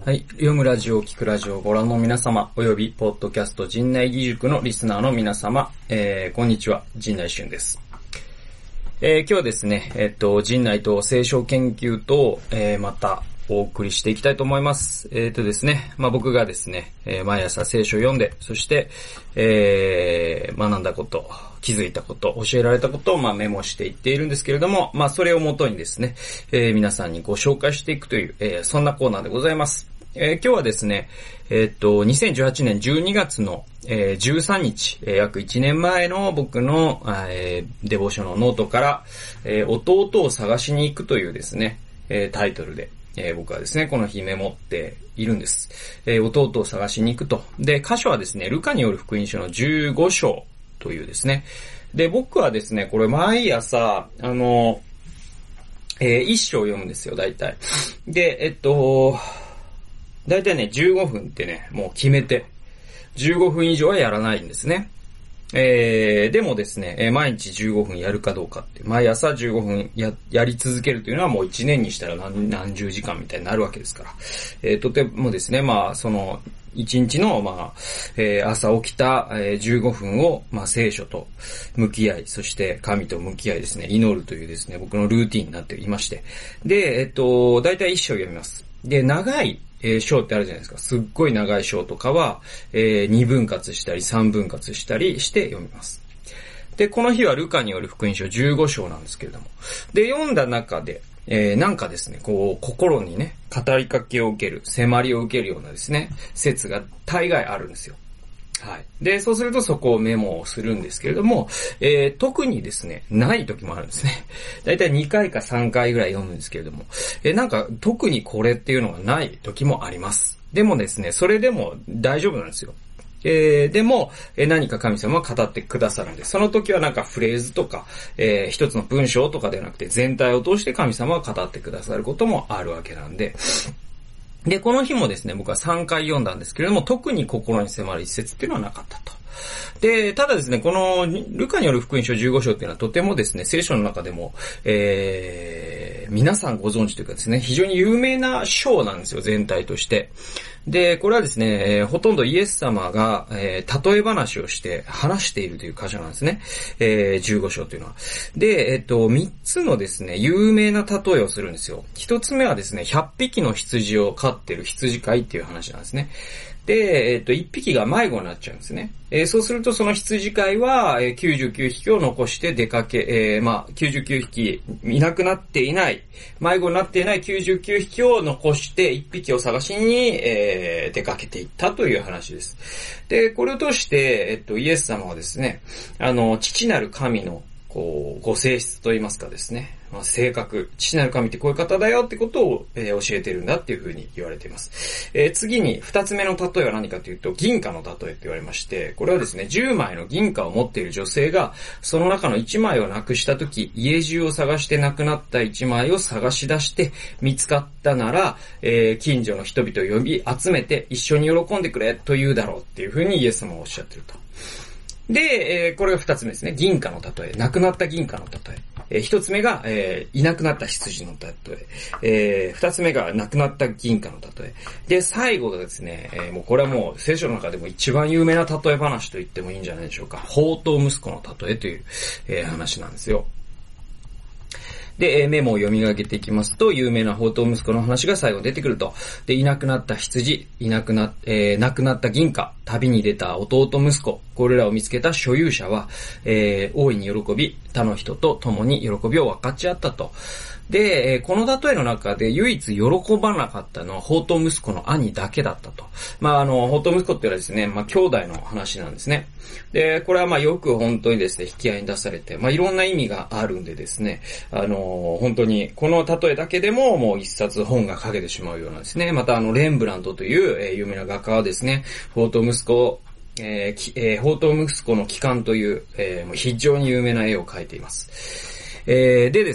はい。読むラジオ、聞くラジオをご覧の皆様、および、ポッドキャスト陣内義塾のリスナーの皆様、こんにちは、陣内俊です。今日はですね、陣内と聖書研究と、また、お送りしていきたいと思います。ですね、僕がですね、毎朝聖書を読んで、そして、学んだこと、気づいたこと、教えられたことを、メモしていっているんですけれども、それをもとにですね、皆さんにご紹介していくという、そんなコーナーでございます。今日はですね、2018年12月の、13日、約1年前の僕の、デボーションのノートから、弟を探しに行くというですね、タイトルで、僕はですね、この日メモっているんです。弟を探しに行くと。で、箇所はですね、ルカによる福音書の15章というですね。で、僕はですね、これ毎朝、一章読むんですよ、大体。で、大体ね、15分ってね、もう決めて、15分以上はやらないんですね。でもですね、毎日15分やるかどうかって、毎朝15分やり続けるというのはもう1年にしたら何十時間みたいになるわけですから。とてもですね、その、1日の、朝起きた、15分を、聖書と向き合い、そして神と向き合いですね、祈るというですね、僕のルーティンになっていまして。で、大体一章読みます。で、長い、章ってあるじゃないですか。すっごい長い章とかは、2分割したり3分割したりして読みます。で、この日はルカによる福音書15章なんですけれども。で、読んだ中で、なんかですね、こう、心にね、語りかけを受ける、迫りを受けるようなですね、説が大概あるんですよ。はい。で、そうするとそこをメモをするんですけれども、特にですね、ない時もあるんですね。だいたい2回か3回ぐらい読むんですけれども、なんか特にこれっていうのがない時もあります。でもですね、それでも大丈夫なんですよ。でも、何か神様は語ってくださるんです。その時はなんかフレーズとか、一つの文章とかではなくて全体を通して神様は語ってくださることもあるわけなんで、で、この日もですね、僕は3回読んだんですけれども、特に心に迫る一節っていうのはなかったと。で、ただですね、このルカによる福音書15章っていうのはとてもですね、聖書の中でも、皆さんご存知というかですね、非常に有名な章なんですよ、全体として。で、これはですね、ほとんどイエス様が、例え話をして話しているという箇所なんですね。15章というのは。で、3つのですね、有名な例えをするんですよ。1つ目はですね、100匹の羊を飼ってる羊飼いっていう話なんですね。で、1匹が迷子になっちゃうんですね。そうするとその羊飼いは、99匹を残して出かけ、99匹いなくなっていない、迷子になっていない99匹を残して1匹を探しに、出かけていったという話です。で、これを通して、イエス様はですね、父なる神のご性質といいますかですね、性格、父なる神ってこういう方だよってことを、教えてるんだっていうふうに言われています。次に二つ目の例えは何かというと、銀貨の例えって言われまして、これはですね、10枚の銀貨を持っている女性が、その中の1枚をなくしたとき、家中を探してなくなった1枚を探し出して見つかったなら、近所の人々を呼び集めて一緒に喜んでくれと言うだろうっていうふうにイエス様はおっしゃってると。で、これが二つ目ですね。銀貨の例え。なくなった銀貨の例え。一つ目が、いなくなった羊の例え。二つ目がなくなった銀貨の例え。で、最後がですね、もうこれはもう聖書の中でも一番有名な例え話と言ってもいいんじゃないでしょうか。放蕩息子の例えという、話なんですよ。で、メモを読み上げていきますと、有名な放蕩息子の話が最後出てくると。で、いなくなった羊、なくなった銀貨、旅に出た弟息子、これらを見つけた所有者は、大いに喜び、他の人と共に喜びを分かち合ったと。で、この例えの中で唯一喜ばなかったのは放蕩息子の兄だけだったと。放蕩息子っていうのはですね、兄弟の話なんですね。で、これはよく本当にですね、引き合いに出されて、いろんな意味があるんでですね、本当に、この例えだけでももう一冊本が書けてしまうようなんですね。またレンブラントという、有名な画家はですね、放蕩息子、放蕩息子の帰還という、非常に有名な絵を描いています。でですね、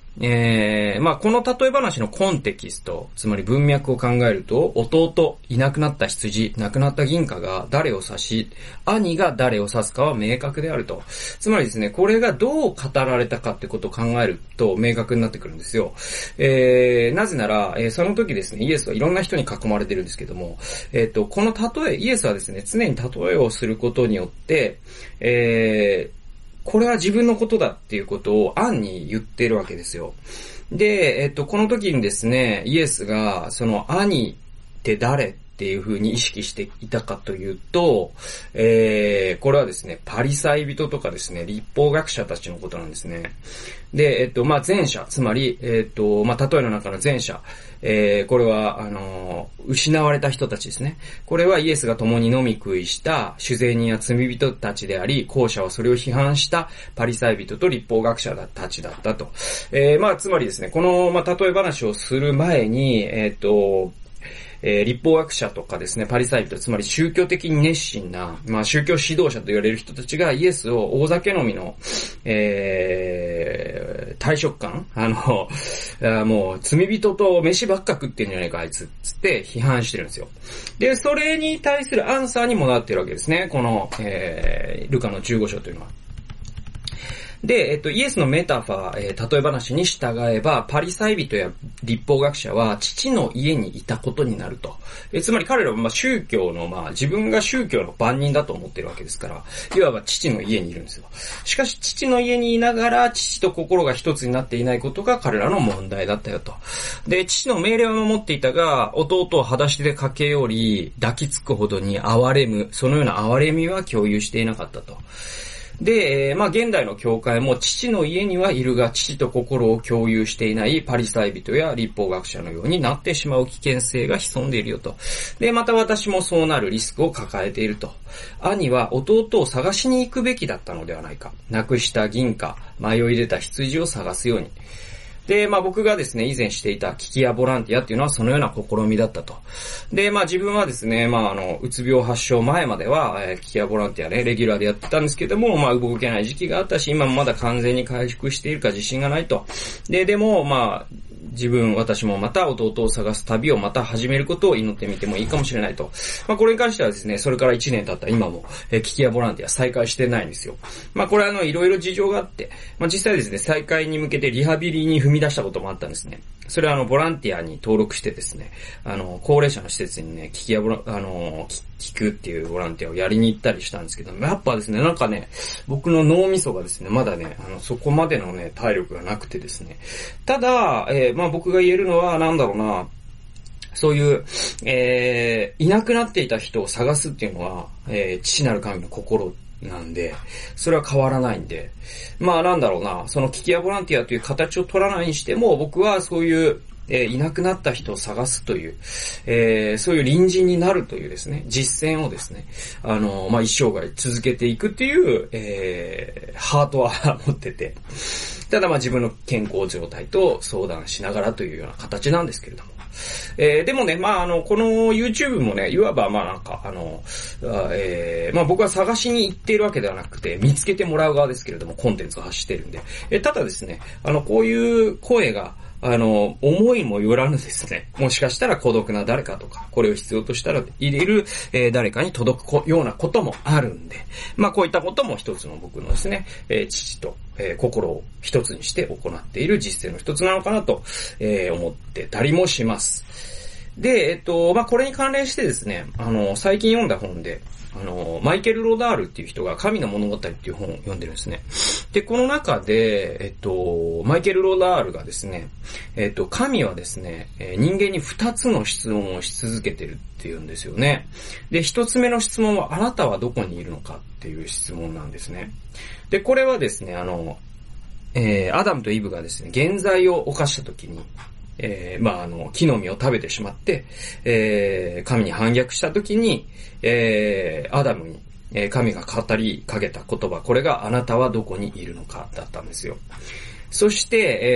まあ、この例え話のコンテキスト、つまり文脈を考えると、弟、いなくなった羊、亡くなった銀貨が誰を指し、兄が誰を指すかは明確であると。つまりですね、これがどう語られたかってことを考えると明確になってくるんですよ。なぜなら、その時ですね、イエスはいろんな人に囲まれてるんですけども、この例え、イエスはですね、常に例えをすることによって、これは自分のことだっていうことを暗に言ってるわけですよ。で、この時にですね、イエスが、その兄って誰っていう風に意識していたかというと、これはですね、パリサイ人とかですね、律法学者たちのことなんですね。で、まあ、前者、つまり、まあ、例えの中の前者、これは、失われた人たちですね。これはイエスが共に飲み食いした主税人や罪人たちであり、後者はそれを批判したパリサイ人と律法学者たちだったと。まあ、つまりですね、この、まあ、例え話をする前に、律法学者とかですね、パリサイ人、つまり宗教的に熱心な、まあ宗教指導者と言われる人たちがイエスを大酒飲みの、大食漢もう罪人と飯ばっか食ってんじゃないかあいつ、つって批判してるんですよ。で、それに対するアンサーにもなってるわけですね、この、ルカの15章というのは。で、イエスのメタファー、例え話に従えば、パリサイ人や律法学者は父の家にいたことになると。つまり彼らはまあ宗教の、まあ自分が宗教の番人だと思ってるわけですから、いわば父の家にいるんですよ。しかし父の家にいながら、父と心が一つになっていないことが彼らの問題だったよと。で、父の命令を守っていたが、弟を裸足で駆け寄り、抱きつくほどに憐れむ、そのような憐れみは共有していなかったと。で、まあ現代の教会も父の家にはいるが父と心を共有していないパリサイ人や律法学者のようになってしまう危険性が潜んでいるよと。で、また私もそうなるリスクを抱えていると。兄は弟を探しに行くべきだったのではないか。なくした銀貨、迷い出た羊を探すように。で、まあ僕がですね、以前していた聞き屋ボランティアっていうのはそのような試みだったと。で、まあ自分はですね、まあうつ病発症前までは、聞き屋ボランティアね、レギュラーでやってたんですけども、まあ動けない時期があったし、今もまだ完全に回復しているか自信がないと。でも、まあ、私もまた弟を探す旅をまた始めることを祈ってみてもいいかもしれないと。まあこれに関してはですね、それから1年経った今も、聞き屋ボランティア再開してないんですよ。まあこれいろいろ事情があって、まあ実際ですね、再開に向けてリハビリに踏み出したこともあったんですね。それはボランティアに登録してですね、高齢者の施設にね、聞くっていうボランティアをやりに行ったりしたんですけど、やっぱですね、なんかね、僕の脳みそがですね、まだね、そこまでのね、体力がなくてですね。ただ、まあ僕が言えるのは、なんだろうな、そういう、いなくなっていた人を探すっていうのは、父なる神の心なんで、それは変わらないんで、まあなんだろうな、その聞き屋ボランティアという形を取らないにしても、僕はそういう、いなくなった人を探すという、そういう隣人になるというですね、実践をですね、まあ一生涯続けていくっていう、ハートは持ってて、ただまあ自分の健康状態と相談しながらというような形なんですけれども。でもね、まあこの YouTube もね、いわばまあなんかまあ僕は探しに行っているわけではなくて、見つけてもらう側ですけれども、コンテンツを発しているんで。ただですね、こういう声が、思いもよらぬですね。もしかしたら孤独な誰かとか、これを必要としたら入れる、誰かに届くようなこともあるんで、まあこういったことも一つの僕のですね、父と、心を一つにして行っている実践の一つなのかなと、思ってたりもします。で、まあこれに関連してですね、最近読んだ本で、マイケル・ロダールっていう人が神の物語っていう本を読んでるんですね。で、この中で、マイケル・ロダールがですね、神はですね、人間に2つの質問をし続けてるっていうんですよね。で、1つ目の質問は、あなたはどこにいるのかっていう質問なんですね。で、これはですね、アダムとイブがですね、原罪を犯した時に、まあ木の実を食べてしまって、神に反逆したときに、アダムに、神が語りかけた言葉、これがあなたはどこにいるのかだったんですよ。そして、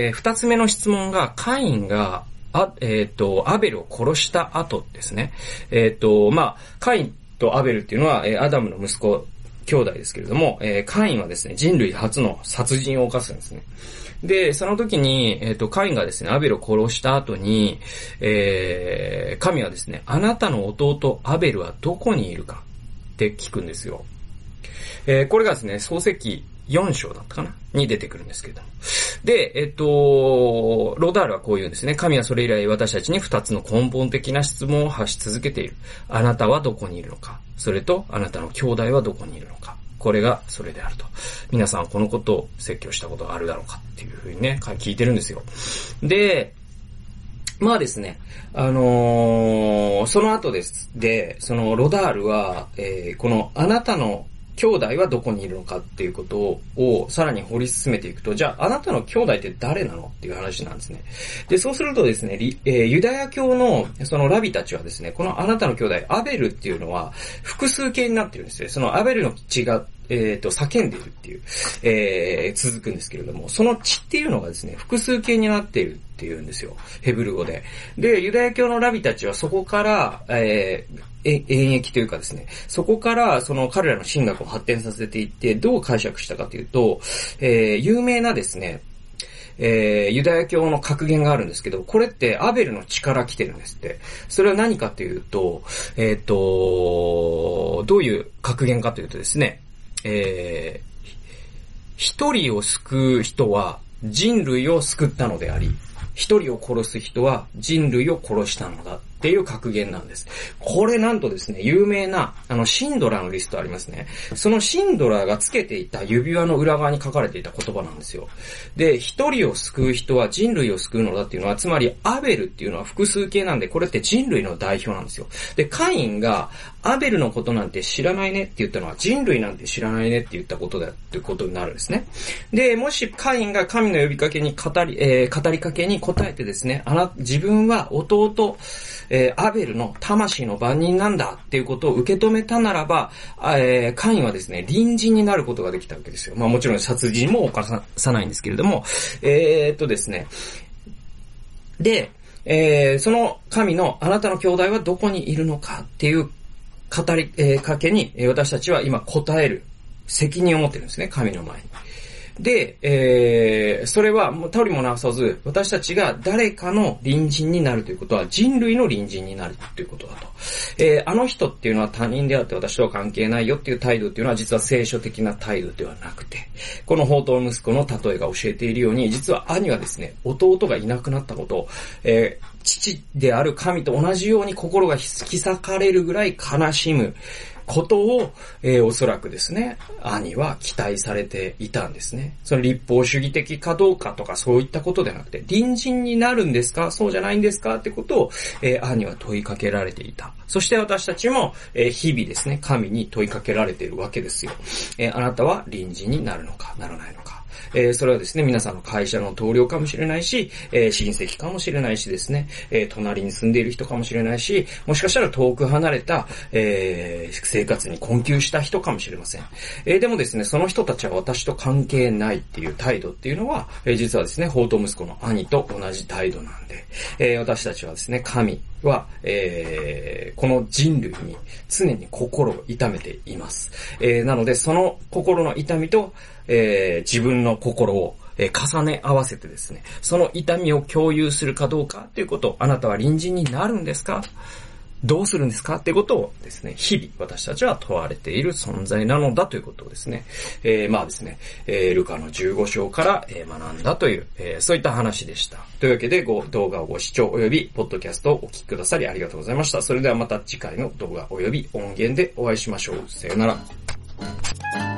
二つ目の質問が、カインが、アベルを殺した後ですね。まあ、カインとアベルっていうのは、アダムの息子兄弟ですけれども、カインはですね、人類初の殺人を犯すんですね。で、その時に、カインがですね、アベルを殺した後に、神はですね、あなたの弟アベルはどこにいるかって聞くんですよ。これがですね、創世記4章だったかなに出てくるんですけれども。で、ロダールはこう言うんですね。神はそれ以来私たちに2つの根本的な質問を発し続けている。あなたはどこにいるのか。それと、あなたの兄弟はどこにいるのか。これがそれであると。皆さんこのことを説教したことがあるだろうかっていうふうにね、聞いてるんですよ。で、まあですね、その後で、そのロダールは、このあなたの兄弟はどこにいるのかっていうことをさらに掘り進めていくと、じゃああなたの兄弟って誰なのっていう話なんですね。で、そうするとですね、ユダヤ教のそのラビたちはですね、このあなたの兄弟、アベルっていうのは複数形になってるんですよ。そのアベルの血が叫んでいるっていう、続くんですけれども、その血っていうのがですね、複数形になっているっていうんですよ。ヘブル語で。で、ユダヤ教のラビたちはそこから、演疫というかですね、そこからその彼らの神学を発展させていって、どう解釈したかというと、有名なですね、ユダヤ教の格言があるんですけど、これってアベルの血から来てるんですって。それは何かというと、どういう格言かというとですね、一人を救う人は人類を救ったのであり、一人を殺す人は人類を殺したのだっていう格言なんです。これなんとですね、有名なシンドラーのリストありますね。そのシンドラーがつけていた指輪の裏側に書かれていた言葉なんですよ。で、一人を救う人は人類を救うのだっていうのは、つまりアベルっていうのは複数形なんで、これって人類の代表なんですよ。で、カインがアベルのことなんて知らないねって言ったのは、人類なんて知らないねって言ったことだっていうことになるんですね。で、もしカインが神の呼びかけに語りかけに答えてですね、自分は弟、アベルの魂の番人なんだっていうことを受け止めたならば、カインはですね、隣人になることができたわけですよ。まあもちろん殺人も犯さないんですけれども、ですね。で、その神のあなたの兄弟はどこにいるのかっていう語りかけに私たちは今答える責任を持ってるんですね、神の前に。で、それはもう他りもなさず、私たちが誰かの隣人になるということは人類の隣人になるということだと。あの人っていうのは他人であって私とは関係ないよっていう態度っていうのは実は聖書的な態度ではなくて、この放蕩息子の例えが教えているように、実は兄はですね、弟がいなくなったことを、父である神と同じように心が引き裂かれるぐらい悲しむことを、おそらくですね、兄は期待されていたんですね。その立法主義的かどうかとかそういったことではなくて、隣人になるんですか？そうじゃないんですか？ってことを、兄は問いかけられていた。そして私たちも、日々ですね、神に問いかけられているわけですよ。あなたは隣人になるのか、ならないのか。それはですね、皆さんの会社の同僚かもしれないし、親戚かもしれないしですね、隣に住んでいる人かもしれないし、もしかしたら遠く離れた、生活に困窮した人かもしれません。でもですね、その人たちは私と関係ないっていう態度っていうのは、実はですね、放蕩息子の兄と同じ態度なんで、私たちはですね、神は、この人類に常に心を痛めています。なので、その心の痛みと、自分の心を重ね合わせてですね、その痛みを共有するかどうかということを、あなたは隣人になるんですか？どうするんですかっていうことをですね、日々私たちは問われている存在なのだということをですね、まあですね、ルカの15章から学んだという、そういった話でした。というわけで、動画をご視聴及びポッドキャストをお聞きくださりありがとうございました。それではまた次回の動画及び音源でお会いしましょう。さよなら。